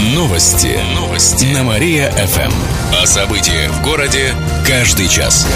Новости на Мария-ФМ. О событиях в городе каждый час.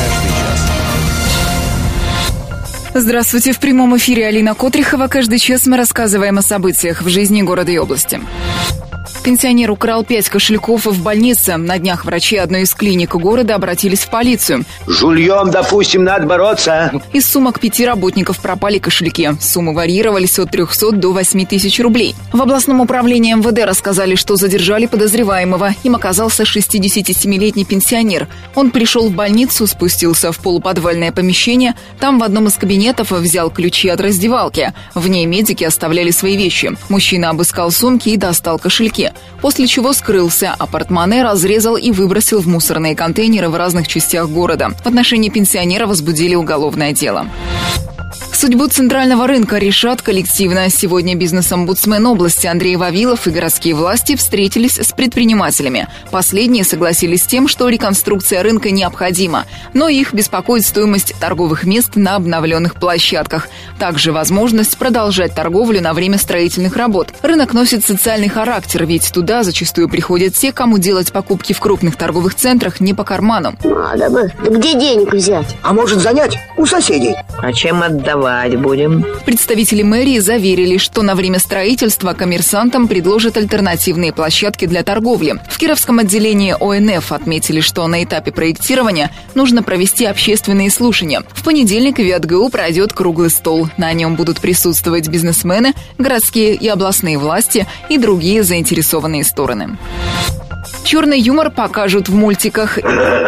Здравствуйте, в прямом эфире Алина Котрихова. Каждый час мы рассказываем о событиях в жизни города и области. Пенсионер украл 5 кошельков в больнице. На днях врачи одной из клиник города обратились в полицию. Жульем, допустим, надо бороться. Из сумок 5 работников пропали кошельки. Суммы варьировались от 300 до 8 тысяч рублей. В областном управлении МВД рассказали, что задержали подозреваемого. Им оказался 67-летний пенсионер. Он пришел в больницу, спустился в полуподвальное помещение. Там в одном из кабинетов взял ключи от раздевалки. В ней медики оставляли свои вещи. Мужчина обыскал сумки и достал кошельки. После чего скрылся, а портмоне разрезал и выбросил в мусорные контейнеры в разных частях города. В отношении пенсионера возбудили уголовное дело. Судьбу центрального рынка решат коллективно. Сегодня бизнес-омбудсмен области Андрей Вавилов и городские власти встретились с предпринимателями. Последние согласились с тем, что реконструкция рынка необходима, но их беспокоит стоимость торговых мест на обновленных площадках. Также возможность продолжать торговлю на время строительных работ. Рынок носит социальный характер, ведь туда зачастую приходят те, кому делать покупки в крупных торговых центрах не по карману. Надо бы. Да где денег взять? А может занять у соседей? А чем отдавать будем? Представители мэрии заверили, что на время строительства коммерсантам предложат альтернативные площадки для торговли. В Кировском отделении ОНФ отметили, что на этапе проектирования нужно провести общественные слушания. В понедельник в ВиатГУ пройдет круглый стол. На нем будут присутствовать бизнесмены, городские и областные власти и другие заинтересованные стороны. Черный юмор покажут в мультиках.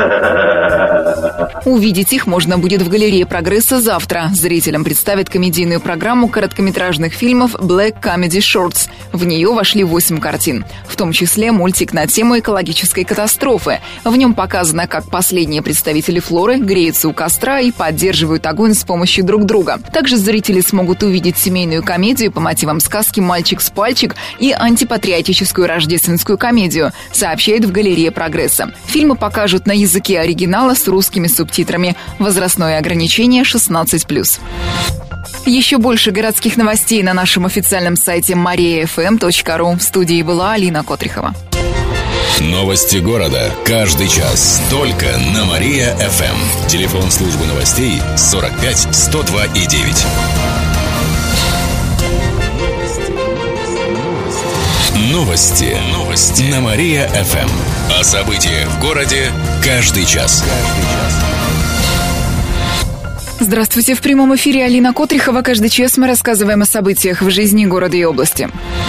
Увидеть их можно будет в галерее «Прогресса» завтра. Зрителям представят комедийную программу короткометражных фильмов «Black Comedy Shorts». В нее вошли 8 картин, в том числе мультик на тему экологической катастрофы. В нем показано, как последние представители флоры греются у костра и поддерживают огонь с помощью друг друга. Также зрители смогут увидеть семейную комедию по мотивам сказки «Мальчик с пальчик» и антипатриотическую рождественскую комедию, сообщают в галерее «Прогресса». Фильмы покажут на языке оригинала с русскими субтитрами. Возрастное ограничение 16+. Еще больше городских новостей на нашем официальном сайте mariafm.ru. В студии была Алина Котрихова. Новости города. Каждый час. Только на Мария-ФМ. Телефон службы новостей 45 102 и 9. Новости на Мария-ФМ. О событиях в городе каждый час. Здравствуйте, в прямом эфире Алина Котрихова. Каждый час мы рассказываем о событиях в жизни города и области.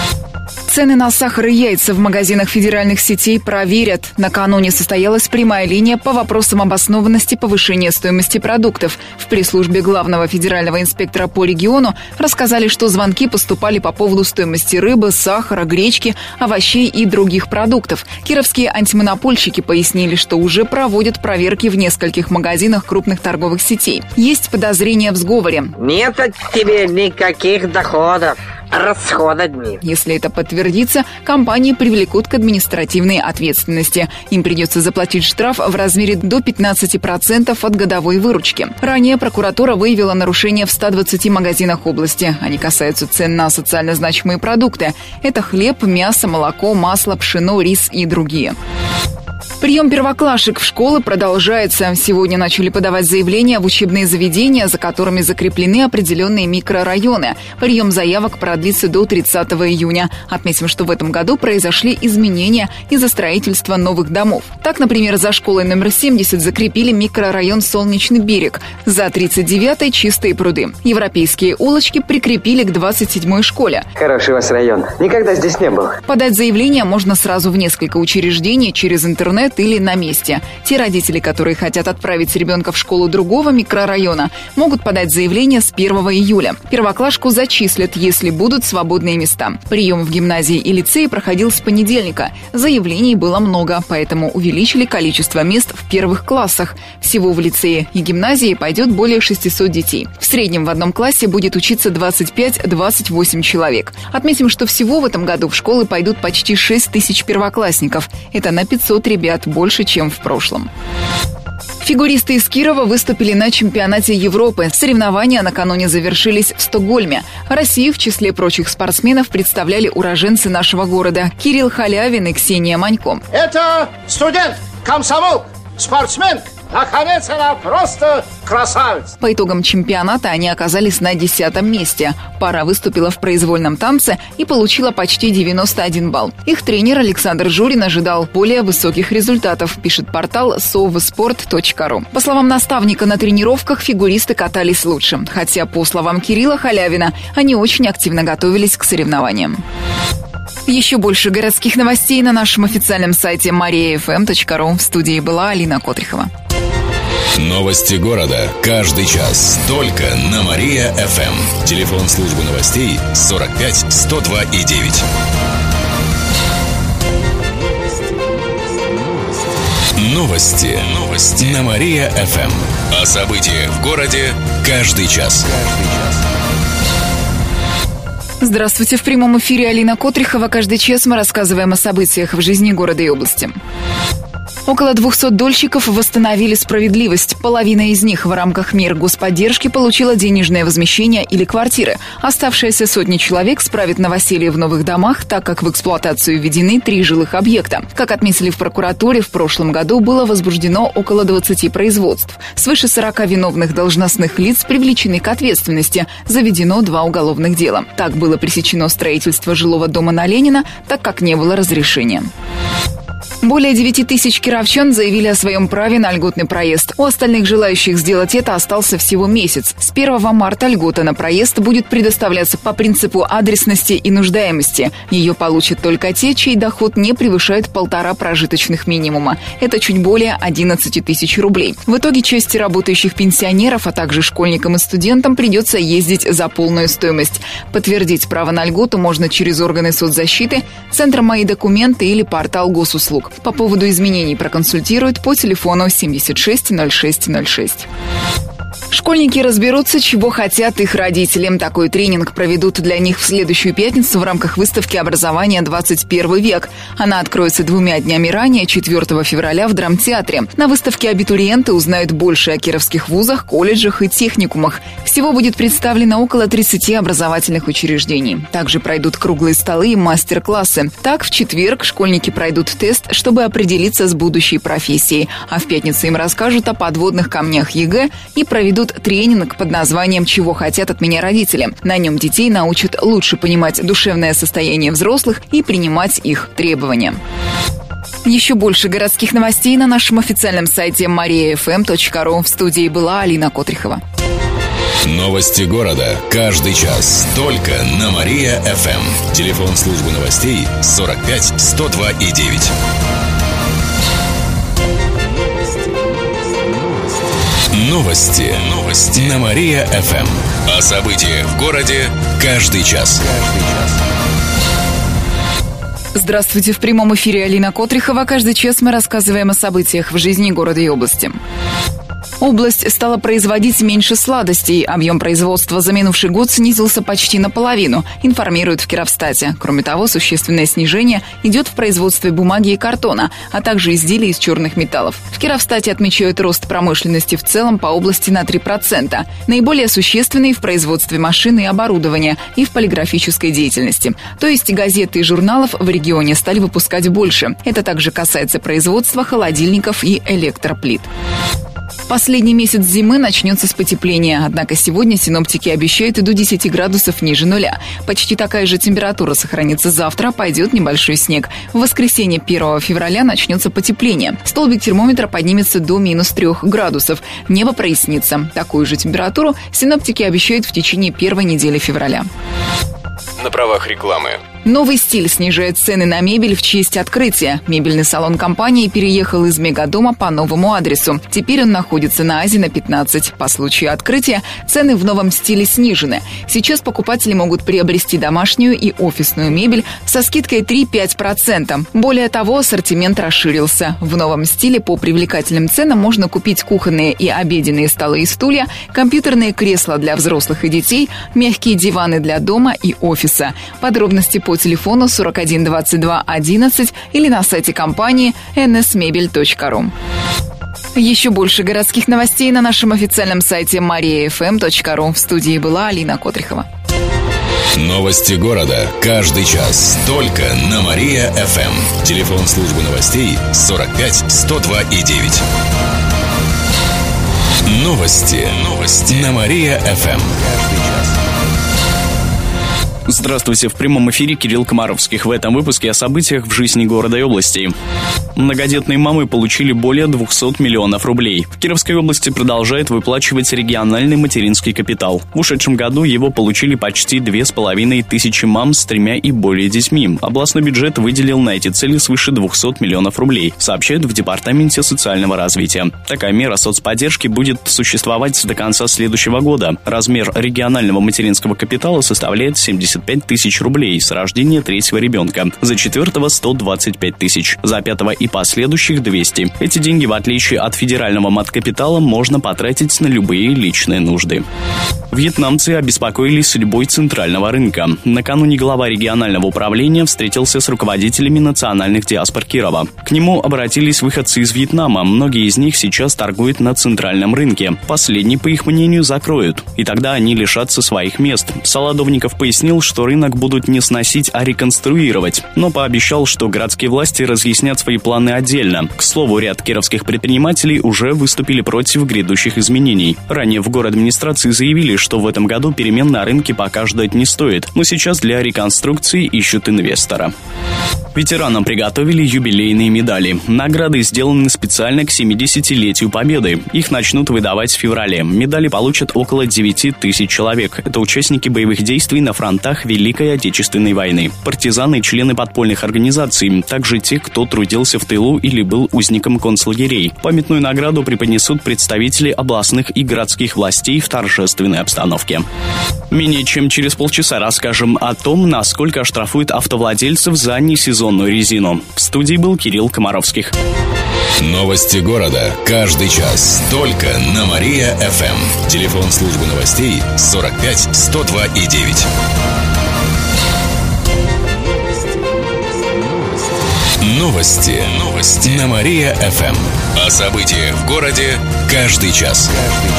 Цены на сахар и яйца в магазинах федеральных сетей проверят. Накануне состоялась прямая линия по вопросам обоснованности повышения стоимости продуктов. В пресс-службе главного федерального инспектора по региону рассказали, что звонки поступали по поводу стоимости рыбы, сахара, гречки, овощей и других продуктов. Кировские антимонопольщики пояснили, что уже проводят проверки в нескольких магазинах крупных торговых сетей. Есть подозрения в сговоре. Нет от тебя никаких доходов. Расходы одни. Если это подтвердится, компании привлекут к административной ответственности. Им придется заплатить штраф в размере до 15% от годовой выручки. Ранее прокуратура выявила нарушения в 120 магазинах области. Они касаются цен на социально значимые продукты. Это хлеб, мясо, молоко, масло, пшено, рис и другие. Прием первоклашек в школы продолжается. Сегодня начали подавать заявления в учебные заведения, за которыми закреплены определенные микрорайоны. Прием заявок продлится до 30 июня. Отметим, что в этом году произошли изменения из-за строительства новых домов. Так, например, за школой номер 70 закрепили микрорайон «Солнечный берег», за 39-й «Чистые пруды». Европейские улочки прикрепили к 27-й школе. Хороший у вас район. Никогда здесь не был. Подать заявление можно сразу в несколько учреждений через интернет или на месте. Те родители, которые хотят отправить ребенка в школу другого микрорайона, могут подать заявление с 1 июля. Первоклашку зачислят, если будут свободные места. Прием в гимназии и лицее проходил с понедельника. Заявлений было много, поэтому увеличили количество мест в первых классах. Всего в лицее и гимназии пойдет более 600 детей. В среднем в одном классе будет учиться 25-28 человек. Отметим, что всего в этом году в школы пойдут почти 6 тысяч первоклассников. Это на 500 ребят больше, чем в прошлом. Фигуристы из Кирова выступили на чемпионате Европы. Соревнования накануне завершились в Стокгольме. Россию в числе прочих спортсменов представляли уроженцы нашего города Кирилл Халявин и Ксения Манько. Это студент, комсомол, спортсмен. Наконец, она просто красавица. По итогам чемпионата они оказались на 10-м месте. Пара выступила в произвольном танце и получила почти 91 балл. Их тренер Александр Журин ожидал более высоких результатов, пишет портал sovsport.ru. По словам наставника, на тренировках фигуристы катались лучше. Хотя, по словам Кирилла Халявина, они очень активно готовились к соревнованиям. Еще больше городских новостей на нашем официальном сайте mariafm.ru. В студии была Алина Котрихова. Новости города. Каждый час. Только на Мария-ФМ. Телефон службы новостей 45 102 и 9. Новости на Мария-ФМ. О событиях в городе каждый час. Здравствуйте. В прямом эфире Алина Котрихова. Каждый час мы рассказываем о событиях в жизни города и области. Около 200 дольщиков восстановили справедливость. Половина из них в рамках мер господдержки получила денежное возмещение или квартиры. Оставшиеся сотни человек справят новоселье в новых домах, так как в эксплуатацию введены 3 жилых объекта. Как отметили в прокуратуре, в прошлом году было возбуждено около 20 производств. Свыше 40 виновных должностных лиц привлечены к ответственности. Заведено 2 уголовных дела. Так было пресечено строительство жилого дома на Ленина, так как не было разрешения. Более 9 тысяч кировчан заявили о своем праве на льготный проезд. У остальных желающих сделать это остался всего месяц. С 1 марта льгота на проезд будет предоставляться по принципу адресности и нуждаемости. Ее получат только те, чей доход не превышает 1,5 прожиточных минимума. Это чуть более 11 тысяч рублей. В итоге части работающих пенсионеров, а также школьникам и студентам придется ездить за полную стоимость. Подтвердить право на льготу можно через органы соцзащиты, Центр «Мои документы» или портал госуслуг. По поводу изменений проконсультируют по телефону 760606. Школьники разберутся, чего хотят их родители. Такой тренинг проведут для них в следующую пятницу в рамках выставки «Образование 21 век». Она откроется 2 днями ранее, 4 февраля в Драмтеатре. На выставке абитуриенты узнают больше о кировских вузах, колледжах и техникумах. Всего будет представлено около 30 образовательных учреждений. Также пройдут круглые столы и мастер-классы. Так, в четверг школьники пройдут тест, чтобы определиться с будущей профессией. А в пятницу им расскажут о подводных камнях ЕГЭ и проведут тренинг под названием «Чего хотят от меня родители». На нем детей научат лучше понимать душевное состояние взрослых и принимать их требования. Еще больше городских новостей на нашем официальном сайте mariafm.ru. В студии была Алина Котрихова. Новости города. Каждый час. Только на Мария-ФМ. Телефон службы новостей 45 102 и 9. Новости на Мария-ФМ. О событиях в городе каждый час. Здравствуйте. В прямом эфире Алина Котрихова. Каждый час мы рассказываем о событиях в жизни города и области. Область стала производить меньше сладостей. Объем производства за минувший год снизился почти наполовину, информируют в Кировстате. Кроме того, существенное снижение идет в производстве бумаги и картона, а также изделий из черных металлов. В Кировстате отмечают рост промышленности в целом по области на 3%. Наиболее существенный в производстве машин и оборудования и в полиграфической деятельности. То есть газеты и журналов в регионе стали выпускать больше. Это также касается производства холодильников и электроплит. Последний месяц зимы начнется с потепления, однако сегодня синоптики обещают и до 10 градусов ниже нуля. Почти такая же температура сохранится завтра, пойдет небольшой снег. В воскресенье 1 февраля начнется потепление. Столбик термометра поднимется до -3 градусов. Небо прояснится. Такую же температуру синоптики обещают в течение первой недели февраля. На правах рекламы. Новый стиль снижает цены на мебель в честь открытия. Мебельный салон компании переехал из Мегадома по новому адресу. Теперь он находится на Азина 15. По случаю открытия цены в новом стиле снижены. Сейчас покупатели могут приобрести домашнюю и офисную мебель со скидкой 3-5%. Более того, ассортимент расширился. В новом стиле по привлекательным ценам можно купить кухонные и обеденные столы и стулья, компьютерные кресла для взрослых и детей, мягкие диваны для дома и офиса. Подробности по телефону 41 22 11 или на сайте компании nsmebel.ru. Еще больше городских новостей на нашем официальном сайте mariafm.ru. В студии была Алина Котрихова. Новости города. Каждый час. Только на Мария-ФМ. Телефон службы новостей 45 102 и 9. Новости на Мария-ФМ. Здравствуйте, в прямом эфире Кирилл Комаровских. В этом выпуске о событиях в жизни города и области. Многодетные мамы получили более 200 миллионов рублей. В Кировской области продолжает выплачивать региональный материнский капитал. В ушедшем году его получили почти 2500 мам с 3 и более детьми. Областной бюджет выделил на эти цели свыше 200 миллионов рублей, сообщают в Департаменте социального развития. Такая мера соцподдержки будет существовать до конца следующего года. Размер регионального материнского капитала составляет 75 тысяч рублей с рождения 3-го ребенка, за 4-го 125 тысяч, за 5-го и последующих 200. Эти деньги, в отличие от федерального маткапитала, можно потратить на любые личные нужды. Вьетнамцы обеспокоились судьбой центрального рынка. Накануне глава регионального управления встретился с руководителями национальных диаспор Кирова. К нему обратились выходцы из Вьетнама. Многие из них сейчас торгуют на центральном рынке. Последний, по их мнению, закроют. И тогда они лишатся своих мест. Солодовников пояснил, что рынок будут не сносить, а реконструировать. Но пообещал, что городские власти разъяснят свои планы отдельно. К слову, ряд кировских предпринимателей уже выступили против грядущих изменений. Ранее в городадминистрации заявили, что в этом году перемен на рынке пока ждать не стоит. Но сейчас для реконструкции ищут инвестора. Ветеранам приготовили юбилейные медали. Награды сделаны специально к 70-летию Победы. Их начнут выдавать в феврале. Медали получат около 9 тысяч человек. Это участники боевых действий на фронтах Великой Отечественной войны. Партизаны и члены подпольных организаций. Также те, кто трудился в тылу или был узником концлагерей. Памятную награду преподнесут представители областных и городских властей в торжественной обстановке. Менее чем через полчаса расскажем о том, насколько оштрафуют автовладельцев за несезонную резину. В студии был Кирилл Комаровских. Новости города. Каждый час. Только на Мария-ФМ. Телефон службы новостей 45 102 и 9. Новости на Мария-ФМ. О событиях в городе каждый час.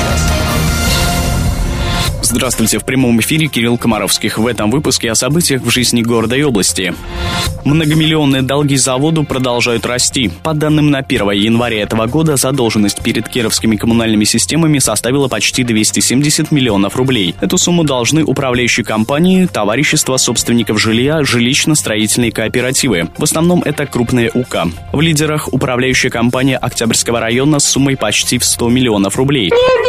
Здравствуйте, в прямом эфире Кирилл Комаровских. В этом выпуске о событиях в жизни города и области. Многомиллионные долги заводу продолжают расти. По данным на 1 января этого года, задолженность перед кировскими коммунальными системами составила почти 270 миллионов рублей. Эту сумму должны управляющие компании, товарищества собственников жилья, жилищно-строительные кооперативы. В основном это крупные УК. В лидерах управляющая компания Октябрьского района с суммой почти в 100 миллионов рублей.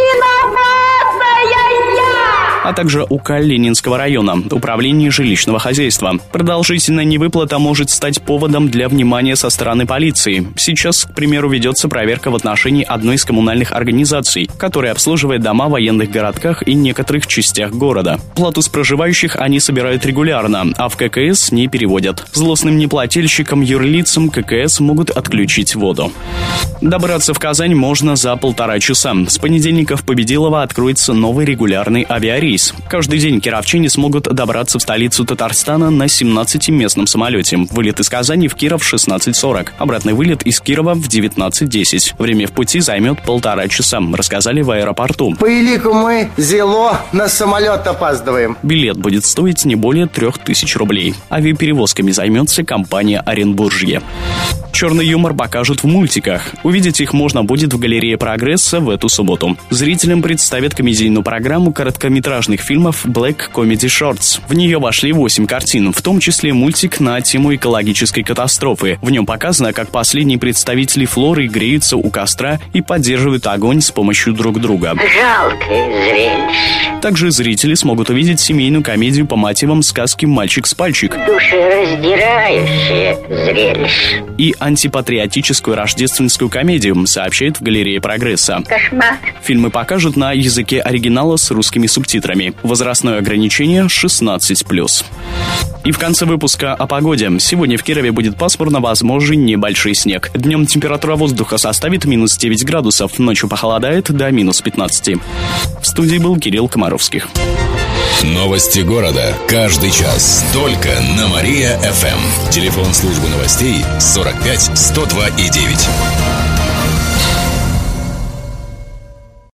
А также УК Ленинского района, управление жилищного хозяйства. Продолжительная невыплата может стать поводом для внимания со стороны полиции. Сейчас, к примеру, ведется проверка в отношении одной из коммунальных организаций, которая обслуживает дома в военных городках и некоторых частях города. Плату с проживающих они собирают регулярно, а в ККС не переводят. Злостным неплательщикам, юрлицам ККС могут отключить воду. Добраться в Казань можно за 1,5 часа. С понедельника в Победилово откроется новый регулярный авиарейс. Каждый день кировчане смогут добраться в столицу Татарстана на 17-местном самолете. Вылет из Казани в Киров в 16:40. Обратный вылет из Кирова в 19:10. Время в пути займет 1,5 часа, рассказали в аэропорту. По элику мы зело на самолет опаздываем. Билет будет стоить не более 3000 рублей. Авиаперевозками займется компания Оренбуржье. Черный юмор покажут в мультиках. Увидеть их можно будет в галерее «Прогресса» в эту субботу. Зрителям представят комедийную программу короткометражных фильмов Black Comedy Shorts. В нее вошли 8 картин, в том числе мультик на тему экологической катастрофы. В нем показано, как последние представители флоры греются у костра и поддерживают огонь с помощью друг друга. Жалкое зрелище. Также зрители смогут увидеть семейную комедию по мотивам сказки «Мальчик с пальчик». Душераздирающее зрелище. И антипатриотическую рождественскую комедию, сообщает в галерее «Прогресса». Кошмар. Фильмы покажут на языке оригинала с русскими субтитрами. Возрастное ограничение 16+. И в конце выпуска о погоде. Сегодня в Кирове будет пасмурно, возможен небольшой снег. Днем температура воздуха составит минус 9 градусов, ночью похолодает до минус 15. В студии был Кирилл Комаровских. Новости города. Каждый час. Только на Мария-ФМ. Телефон службы новостей 45 102 и 9.